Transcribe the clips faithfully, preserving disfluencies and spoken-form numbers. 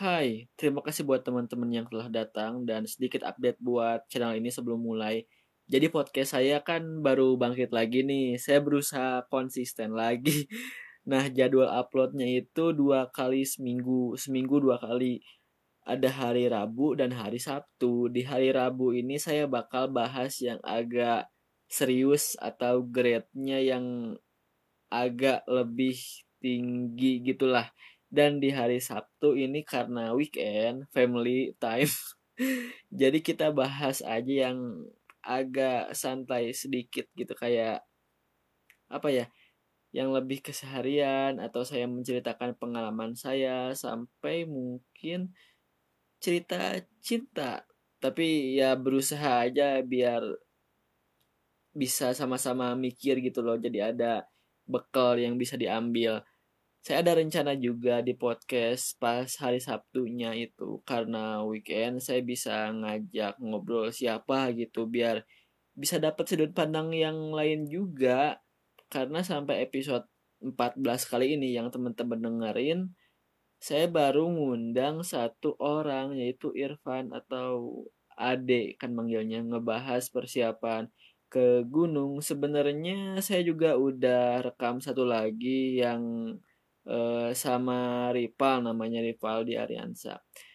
Hai, terima kasih buat teman-teman yang telah datang dan sedikit update buat channel ini sebelum mulai. Jadi podcast saya kan baru bangkit lagi nih, saya berusaha konsisten lagi. Nah, jadwal uploadnya itu dua kali seminggu, seminggu dua kali. Ada hari Rabu dan hari Sabtu. Di hari Rabu ini saya bakal bahas yang agak serius atau grade-nya yang agak lebih tinggi gitulah. Dan di hari Sabtu ini karena weekend, family time. Jadi kita bahas aja yang agak santai sedikit gitu kayak apa ya? Yang lebih keseharian atau saya menceritakan pengalaman saya sampai mungkin cerita cinta. Tapi ya berusaha aja biar bisa sama-sama mikir gitu loh. Jadi ada bekal yang bisa diambil. Saya ada rencana juga di podcast pas hari Sabtunya itu karena weekend saya bisa ngajak ngobrol siapa gitu biar bisa dapat sudut pandang yang lain juga karena sampai episode empat belas kali ini yang teman-teman dengerin saya baru ngundang satu orang yaitu Irfan atau Ade kan manggilnya ngebahas persiapan ke gunung. Sebenarnya saya juga udah rekam satu lagi yang eh, sama Rival namanya Rivaldi Ariansa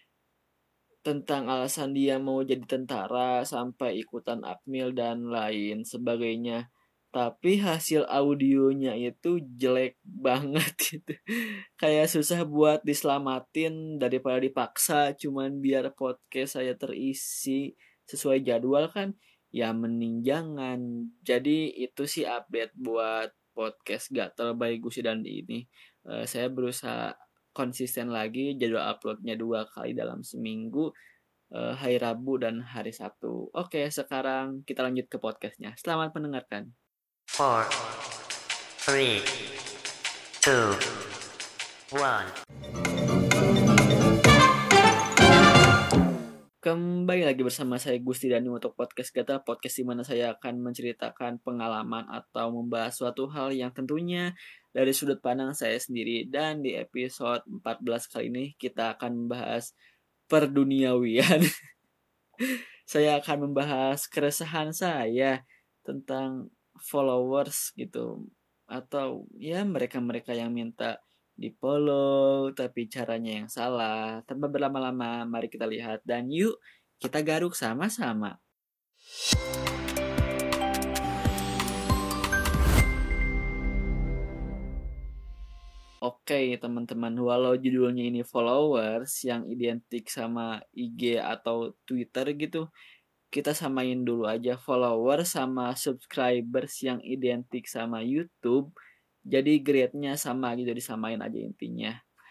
tentang alasan dia mau jadi tentara sampai ikutan akmil dan lain sebagainya. Tapi hasil audionya itu jelek banget gitu. Kayak susah buat diselamatin daripada dipaksa cuman biar podcast saya terisi sesuai jadwal kan ya mending jangan. Jadi itu sih update buat podcast Gatel by Gusi Dandi ini. Eh, saya berusaha konsisten lagi jadwal uploadnya dua kali dalam seminggu, eh, hari Rabu dan hari Sabtu. Oke, sekarang kita lanjut ke podcastnya. Selamat mendengarkan. Four, three, two, one. Kembali lagi bersama saya Gusti Dani untuk podcast Gata, podcast di mana saya akan menceritakan pengalaman atau membahas suatu hal yang tentunya dari sudut pandang saya sendiri. Dan di episode empat belas kali ini kita akan membahas perduniawian. Saya akan membahas keresahan saya tentang followers gitu atau ya mereka-mereka yang minta di follow tapi caranya yang salah. Tanpa berlama-lama, mari kita lihat dan yuk kita garuk sama-sama. Oke teman-teman, walau judulnya ini followers yang identik sama I G atau Twitter gitu, kita samain dulu aja followers sama subscribers yang identik sama YouTube. Jadi grade-nya sama gitu, disamain aja intinya.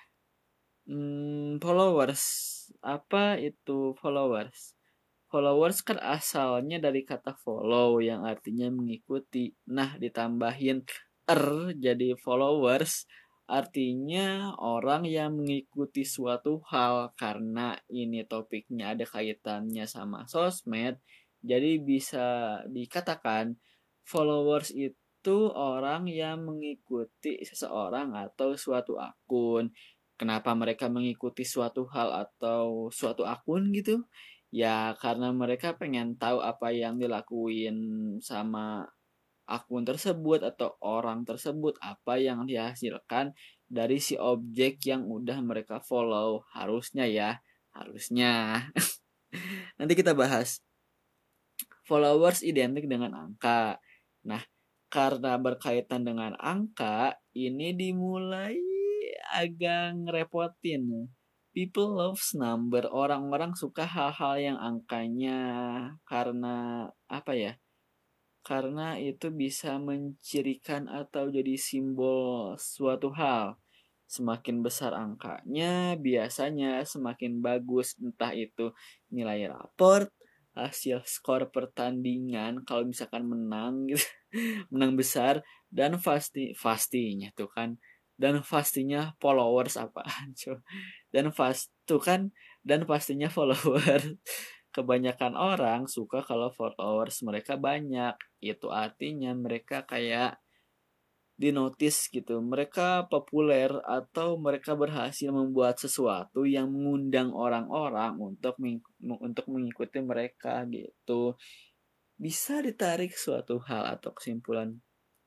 Hmm, followers. Apa itu followers? Followers kan asalnya dari kata follow yang artinya mengikuti. Nah, ditambahin er jadi followers artinya orang yang mengikuti suatu hal karena ini topiknya ada kaitannya sama sosmed. Jadi bisa dikatakan followers itu orang yang mengikuti seseorang atau suatu akun. Kenapa mereka mengikuti suatu hal atau suatu akun gitu? Ya karena mereka pengen tahu apa yang dilakuin sama akun tersebut atau orang tersebut, apa yang dihasilkan dari si objek yang udah mereka follow. Harusnya ya, harusnya. Nanti kita bahas. Followers identik dengan angka. Nah, karena berkaitan dengan angka, ini dimulai agak ngerepotin. People loves number. Orang-orang suka hal-hal yang angkanya karena apa ya? Karena itu bisa mencirikan atau jadi simbol suatu hal. Semakin besar angkanya, biasanya semakin bagus. Entah itu nilai raport, hasil skor pertandingan, kalau misalkan menang gitu, menang besar, dan pasti pastinya tuh kan, dan pastinya followers apaan coba, dan fast tuh kan, dan pastinya followers. Kebanyakan orang suka kalau followers mereka banyak. Itu artinya mereka kayak dinotis gitu. Mereka populer atau mereka berhasil membuat sesuatu yang mengundang orang-orang untuk meng- untuk mengikuti mereka gitu. Bisa ditarik suatu hal atau kesimpulan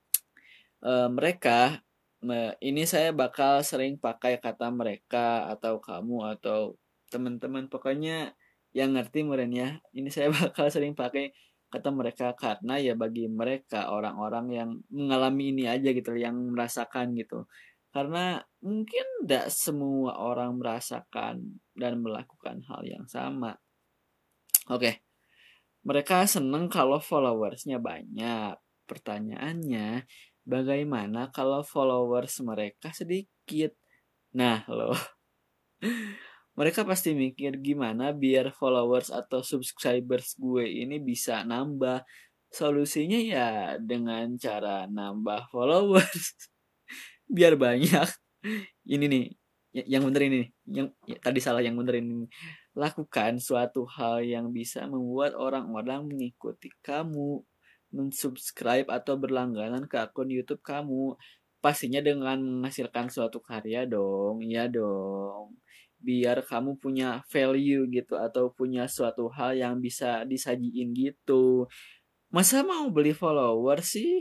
eh, mereka me- ini saya bakal sering pakai kata mereka atau kamu atau teman-teman pokoknya yang ngerti meren ya. Ini saya bakal sering pakai kata mereka karena ya bagi mereka orang-orang yang mengalami ini aja gitu, yang merasakan gitu. Karena mungkin tidak semua orang merasakan dan melakukan hal yang sama. Oke, mereka seneng kalau followersnya banyak. Pertanyaannya, bagaimana kalau followers mereka sedikit? Nah, loh, mereka pasti mikir gimana biar followers atau subscribers gue ini bisa nambah. Solusinya ya dengan cara nambah followers biar banyak. Ini nih, y- yang bener ini, yang ya, tadi salah yang bener ini. Lakukan suatu hal yang bisa membuat orang-orang mengikuti kamu, mensubscribe atau berlangganan ke akun YouTube kamu. Pastinya dengan menghasilkan suatu karya dong, iya dong. Biar kamu punya value gitu atau punya suatu hal yang bisa disajiin gitu. Masa mau beli follower sih?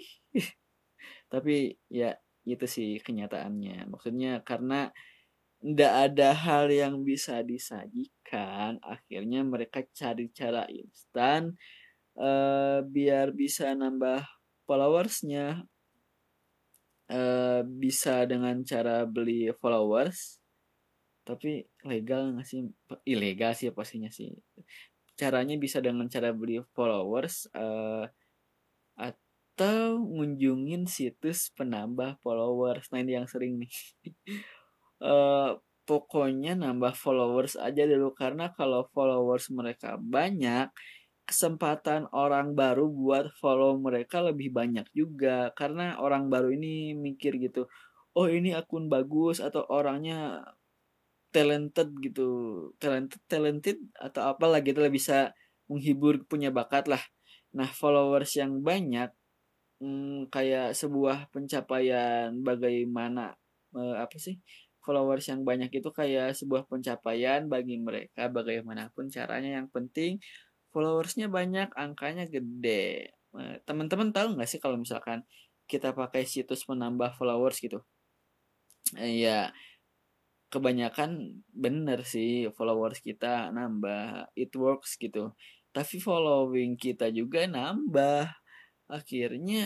Tapi ya itu sih kenyataannya. Maksudnya karena nggak ada hal yang bisa disajikan, akhirnya mereka cari cara instan eh, biar bisa nambah followersnya. Eh, bisa dengan cara beli followers, tapi legal nggak sih? Ilegal sih pastinya sih. Caranya bisa dengan cara beli followers eh, atau ngunjungin situs penambah followers. Nah ini yang sering nih. eh Pokoknya nambah followers aja dulu karena kalau followers mereka banyak, kesempatan orang baru buat follow mereka lebih banyak juga karena orang baru ini mikir gitu. Oh, ini akun bagus atau orangnya talented gitu. Talented talented atau apalah gitu lah bisa menghibur punya bakat lah. Nah, followers yang banyak hmm, kayak sebuah pencapaian bagaimana eh, apa sih followers yang banyak itu kayak sebuah pencapaian bagi mereka bagaimanapun caranya yang penting followersnya banyak angkanya gede. Eh, teman-teman tahu nggak sih kalau misalkan kita pakai situs penambah followers gitu. Eh, ya kebanyakan bener sih followers kita nambah, it works gitu, tapi following kita juga nambah. Akhirnya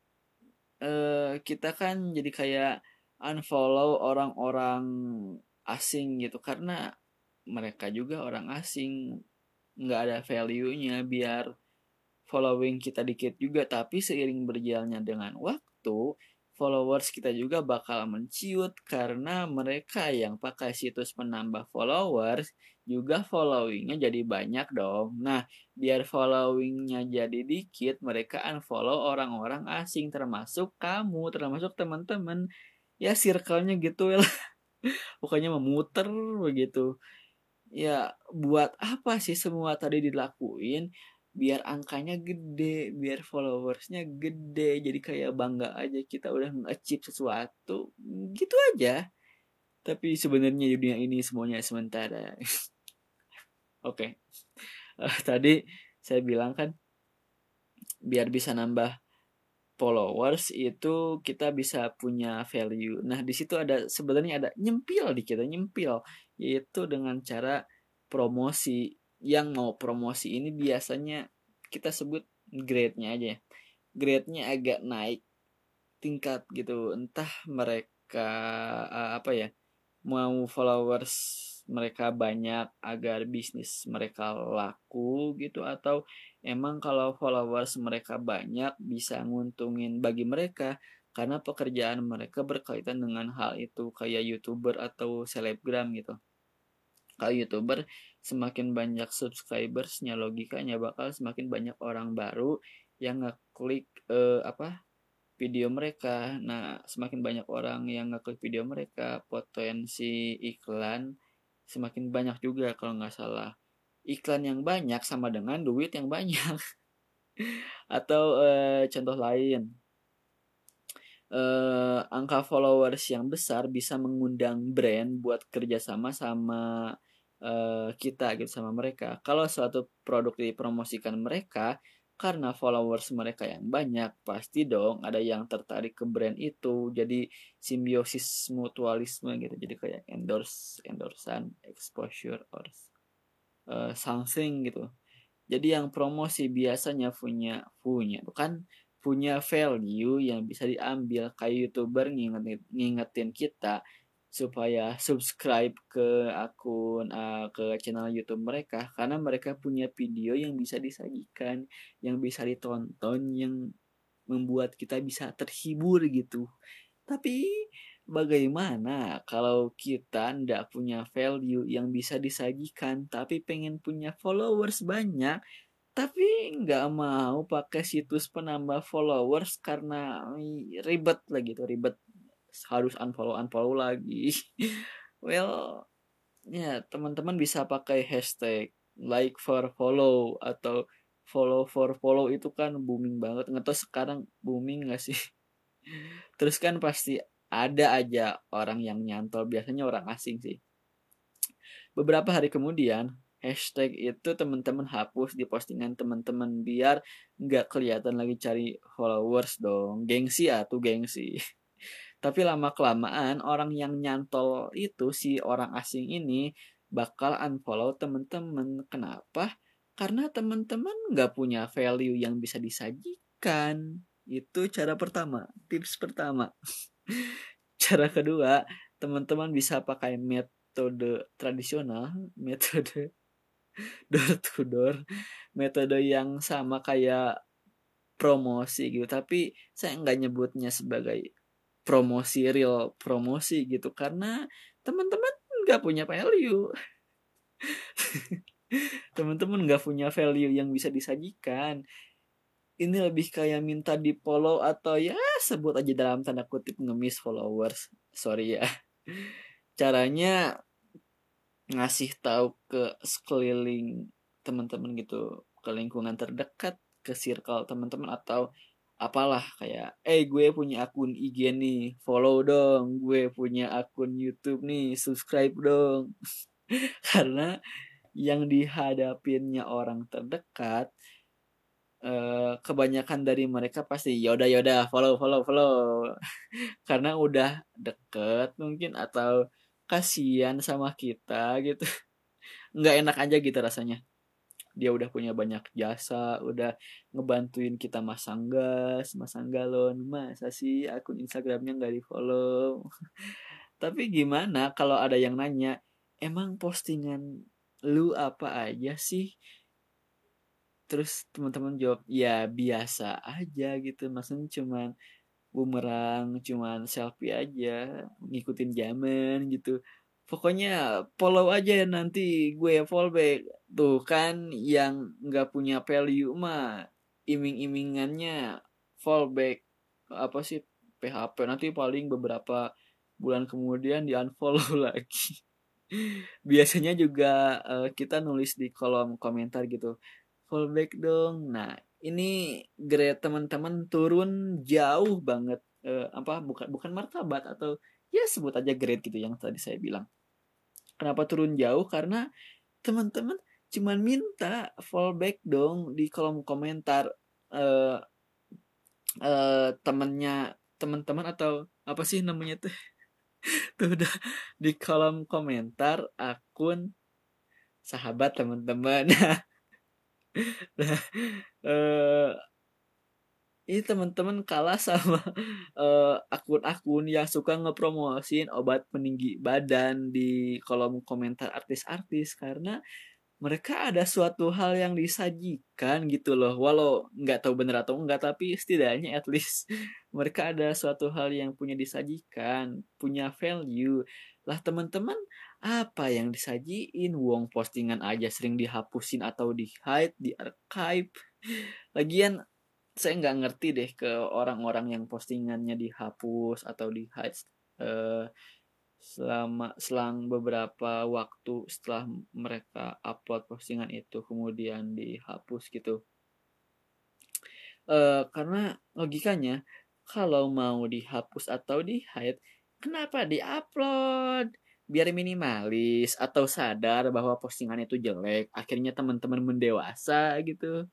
eh, kita kan jadi kayak unfollow orang-orang asing gitu karena mereka juga orang asing, nggak ada value-nya. Biar following kita dikit juga, tapi seiring berjalannya dengan waktu followers kita juga bakal menciut karena mereka yang pakai situs penambah followers juga followingnya jadi banyak dong. Nah, biar followingnya jadi dikit, mereka unfollow orang-orang asing termasuk kamu, termasuk teman-teman. Ya circle-nya gitu ya. Pokoknya memutar begitu. Ya buat apa sih semua tadi dilakuin? Biar angkanya gede, biar followersnya gede. Jadi kayak bangga aja kita udah nge-achieve sesuatu. Gitu aja. Tapi sebenarnya di dunia ini semuanya sementara. Oke. Eh, tadi saya bilang kan biar bisa nambah followers itu kita bisa punya value. Nah, di situ ada sebenarnya ada nyempil di kita, nyempil yaitu dengan cara promosi. Yang mau promosi ini biasanya kita sebut grade-nya aja. Grade-nya agak naik tingkat gitu. Entah mereka eh, apa ya, mau followers mereka banyak agar bisnis mereka laku gitu atau emang kalau followers mereka banyak bisa nguntungin bagi mereka karena pekerjaan mereka berkaitan dengan hal itu kayak YouTuber atau selebgram gitu. Kalau YouTuber semakin banyak subscribersnya logikanya bakal semakin banyak orang baru yang ngeklik eh, apa video mereka. Nah, semakin banyak orang yang ngeklik video mereka, potensi iklan semakin banyak juga kalau nggak salah. Iklan yang banyak sama dengan duit yang banyak. Atau eh, contoh lain, eh, angka followers yang besar bisa mengundang brand buat kerjasama sama eh, kita gitu, sama mereka. Kalau suatu produk dipromosikan mereka, karena followers mereka yang banyak, pasti dong ada yang tertarik ke brand itu. Jadi simbiosis mutualisme gitu. Jadi kayak endorse, endorsan, exposure, or eh, something gitu. Jadi yang promosi biasanya punya punya bukan punya value yang bisa diambil, kayak YouTuber ngingetin, ngingetin kita supaya subscribe ke akun uh, ke channel YouTube mereka, karena mereka punya video yang bisa disajikan, yang bisa ditonton, yang membuat kita bisa terhibur gitu. Tapi bagaimana kalau kita ndak punya value yang bisa disajikan tapi pengen punya followers banyak, tapi nggak mau pakai situs penambah followers karena ribet lagi tuh, ribet harus unfollow unfollow lagi. Well, ya teman-teman bisa pakai hashtag like for follow atau follow for follow, itu kan booming banget. Nggak tahu sekarang booming nggak sih? Terus kan pasti ada aja orang yang nyantol, biasanya orang asing sih. Beberapa hari kemudian, hashtag itu teman-teman hapus di postingan teman-teman biar nggak kelihatan lagi cari followers dong. Gengsi ya tuh, gengsi. Tapi lama-kelamaan orang yang nyantol itu, si orang asing ini, bakal unfollow teman-teman. Kenapa? Karena teman-teman nggak punya value yang bisa disajikan. Itu cara pertama, tips pertama. Cara kedua, teman-teman bisa pakai metode tradisional, metode door to door, metode yang sama kayak promosi gitu, tapi saya nggak nyebutnya sebagai promosi, real promosi gitu, karena teman-teman nggak punya value. Teman-teman nggak punya value yang bisa disajikan. Ini lebih kayak minta di follow atau ya sebut aja dalam tanda kutip ngemis followers. Sorry ya. Caranya ngasih tahu ke sekeliling teman-teman gitu, ke lingkungan terdekat, ke circle teman-teman, atau apalah, kayak eh gue punya akun I G nih, follow dong, gue punya akun YouTube nih, subscribe dong. Karena yang dihadapinnya orang terdekat, eh, kebanyakan dari mereka pasti yaudah yaudah follow follow follow. Karena udah deket mungkin, atau kasihan sama kita gitu. Nggak enak aja gitu rasanya. Dia udah punya banyak jasa, udah ngebantuin kita masang gas, masang galon, masa sih akun Instagramnya nggak di follow? Tapi gimana kalau ada yang nanya, emang postingan lu apa aja sih? Terus teman-teman jawab, ya biasa aja gitu, maksudnya cuman bumerang, cuman selfie aja, ngikutin zaman gitu. Pokoknya follow aja nanti gue follow back. Tuh kan yang nggak punya value mah iming-imingannya follow back apa sih, P H P, nanti paling beberapa bulan kemudian di unfollow lagi. Biasanya juga eh, kita nulis di kolom komentar gitu, fallback dong. Nah, ini grade teman-teman turun jauh banget. Eh, apa bukan bukan martabat, atau ya sebut aja grade gitu yang tadi saya bilang. Kenapa turun jauh? Karena teman-teman cuman minta fallback dong di kolom komentar. eh eh temennya teman-teman, atau apa sih namanya tuh? Tuh udah di kolom komentar akun sahabat teman-teman. Nah, eh ini teman-teman kalah sama eh, akun-akun yang suka ngepromosin obat peninggi badan di kolom komentar artis-artis, karena mereka ada suatu hal yang disajikan gitu loh, walau nggak tahu bener atau enggak, tapi setidaknya at least mereka ada suatu hal yang punya disajikan, punya value. Lah teman-teman, apa yang disajiin? Wong postingan aja sering dihapusin atau di hide, di archive. Lagian saya nggak ngerti deh ke orang-orang yang postingannya dihapus atau di hide eh, selama selang beberapa waktu setelah mereka upload postingan itu kemudian dihapus gitu. Eh, karena logikanya, Kalau mau dihapus atau di-hide, kenapa di-upload? Biar minimalis atau sadar bahwa postingan itu jelek. Akhirnya teman-teman mendewasa gitu.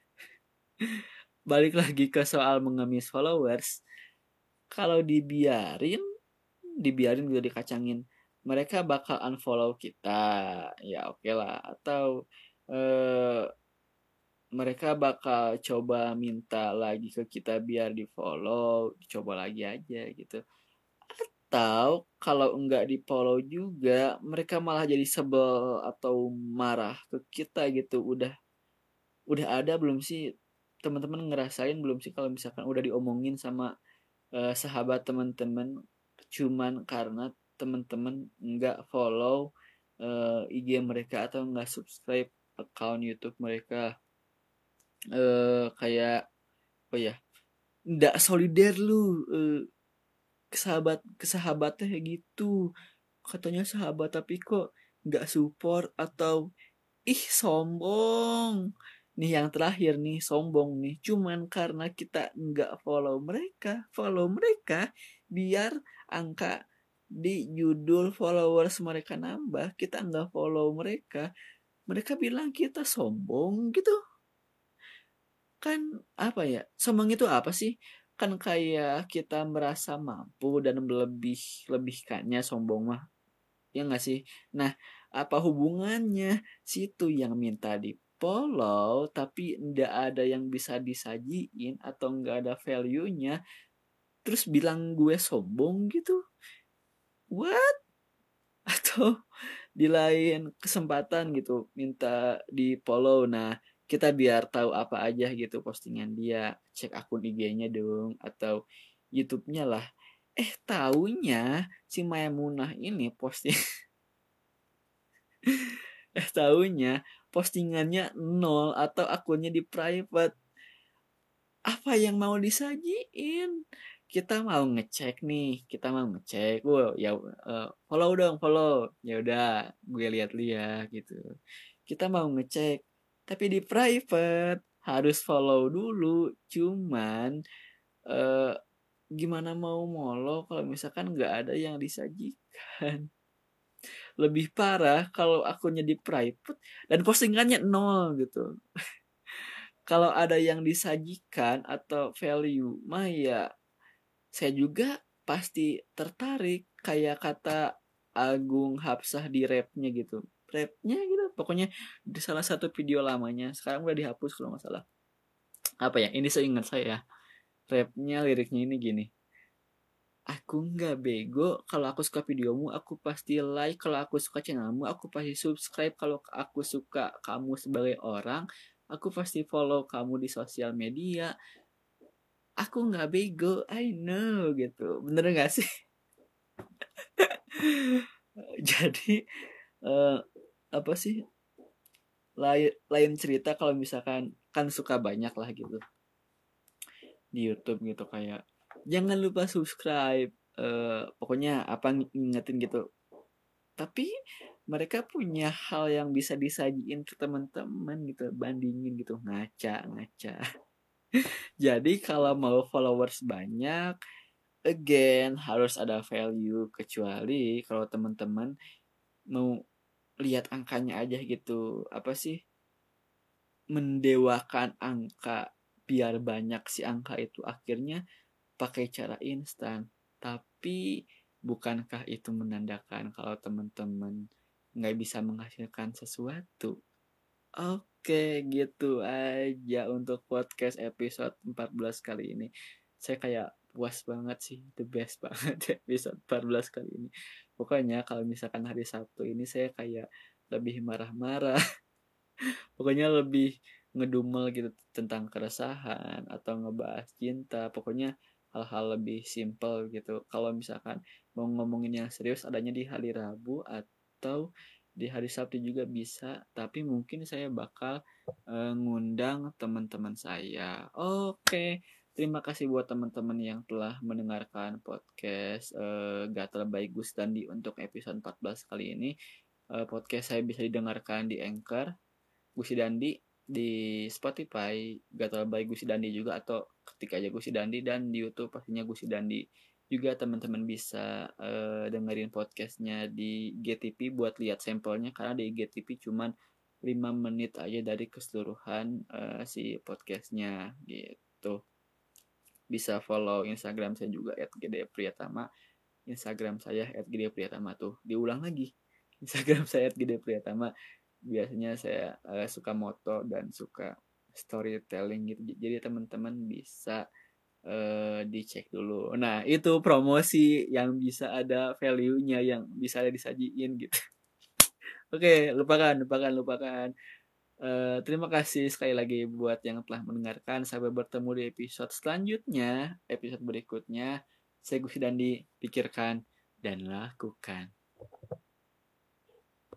Balik lagi ke soal mengemis followers. Kalau dibiarin, dibiarin gitu dikacangin, mereka bakal unfollow kita. Ya oke okay lah. Atau eh, mereka bakal coba minta lagi ke kita biar di follow, coba lagi aja gitu. Atau kalau enggak di follow juga, mereka malah jadi sebel atau marah ke kita gitu. Udah udah ada belum sih, teman-teman ngerasain belum sih kalau misalkan udah diomongin sama eh, sahabat teman-teman, cuman karena teman-teman nggak follow eh, I G mereka atau nggak subscribe account YouTube mereka, eh kayak apa ya, nggak solider lu, eh, kesahabat kesahabatnya kayak gitu, katanya sahabat tapi kok nggak support, atau ih sombong. Nih yang terakhir nih, sombong nih, cuman karena kita nggak follow mereka, follow mereka biar angka di judul followers mereka nambah, kita nggak follow mereka, mereka bilang kita sombong gitu. Kan apa ya, sombong itu apa sih? Kan kayak kita merasa mampu dan melebih lebihkannya sombong mah, ya nggak sih? Nah, apa hubungannya situ yang minta di follow tapi nggak ada yang bisa disajiin atau nggak ada value-nya, terus bilang gue sombong gitu? What? Atau di lain kesempatan gitu minta di follow, nah kita biar tahu apa aja gitu postingan dia, cek akun I G-nya dong atau YouTube-nya lah. Eh taunya si Maimunah ini posting eh taunya postingannya nol atau akunnya di private. Apa yang mau disajiin? Kita mau ngecek nih, kita mau ngecek, wow ya, uh, follow dong, follow. Ya udah, gue lihat-lihat gitu. Kita mau ngecek, tapi di private harus follow dulu. Cuman uh, gimana mau mollo kalau misalkan nggak ada yang disajikan? Lebih parah kalau akunnya di private dan postingannya nol gitu. Kalau ada yang disajikan atau value mah ya saya juga pasti tertarik, kayak kata Agung Hapsah di rapnya gitu, rapnya gitu pokoknya di salah satu video lamanya, sekarang udah dihapus kalau nggak salah. Apa ya, ini seingat saya rapnya, liriknya ini gini: aku nggak bego, kalau aku suka videomu aku pasti like, kalau aku suka channelmu aku pasti subscribe, kalau aku suka kamu sebagai orang aku pasti follow kamu di sosial media. Aku nggak bego, I know gitu, bener nggak sih? Jadi eh, apa sih, lain lain cerita kalau misalkan kan suka banyak lah gitu di YouTube gitu, kayak jangan lupa subscribe, eh, pokoknya apa ngingetin gitu, tapi mereka punya hal yang bisa disajiin ke teman-teman gitu, bandingin gitu, ngaca ngaca. Jadi kalau mau followers banyak, again harus ada value, kecuali kalau teman-teman mau lihat angkanya aja gitu, apa sih, mendewakan angka biar banyak si angka itu, akhirnya pakai cara instan. Tapi bukankah itu menandakan kalau teman-teman nggak bisa menghasilkan sesuatu? Oke, gitu aja untuk podcast episode empat belas kali ini. Saya kayak puas banget sih, the best banget episode empat belas kali ini. Pokoknya kalau misalkan hari Sabtu ini saya kayak lebih marah-marah, pokoknya lebih ngedumel gitu tentang keresahan atau ngebahas cinta, pokoknya hal-hal lebih simple gitu. Kalau misalkan mau ngomongin yang serius adanya di hari Rabu atau di hari Sabtu juga bisa, tapi mungkin saya bakal eh, ngundang teman-teman saya. Oke, terima kasih buat teman-teman yang telah mendengarkan podcast eh, Gatal by Gus Dandi untuk episode empat belas kali ini. Eh, podcast saya bisa didengarkan di Anchor, Gusi Dandi. di Spotify Gatal by Gusi Dandi juga, atau ketik aja Gusi Dandi, dan di YouTube pastinya Gusi Dandi juga. Teman-teman bisa uh, dengerin podcastnya di G T P buat lihat sampelnya, karena di G T P cuman lima menit aja dari keseluruhan uh, si podcastnya gitu. Bisa follow Instagram saya juga et ge de priyatama, Instagram saya et ge de priyatama. Tuh diulang lagi, Instagram saya et ge de priyatama. Biasanya saya uh, suka moto dan suka storytelling gitu, jadi teman-teman bisa uh, dicek dulu. Nah itu promosi yang bisa ada value-nya, yang bisa ada disajiin gitu. Oke, lupakan lupakan lupakan. Uh, terima kasih sekali lagi buat yang telah mendengarkan. Sampai bertemu di episode selanjutnya, episode berikutnya. Saya Gusti Dandi, pikirkan dan lakukan.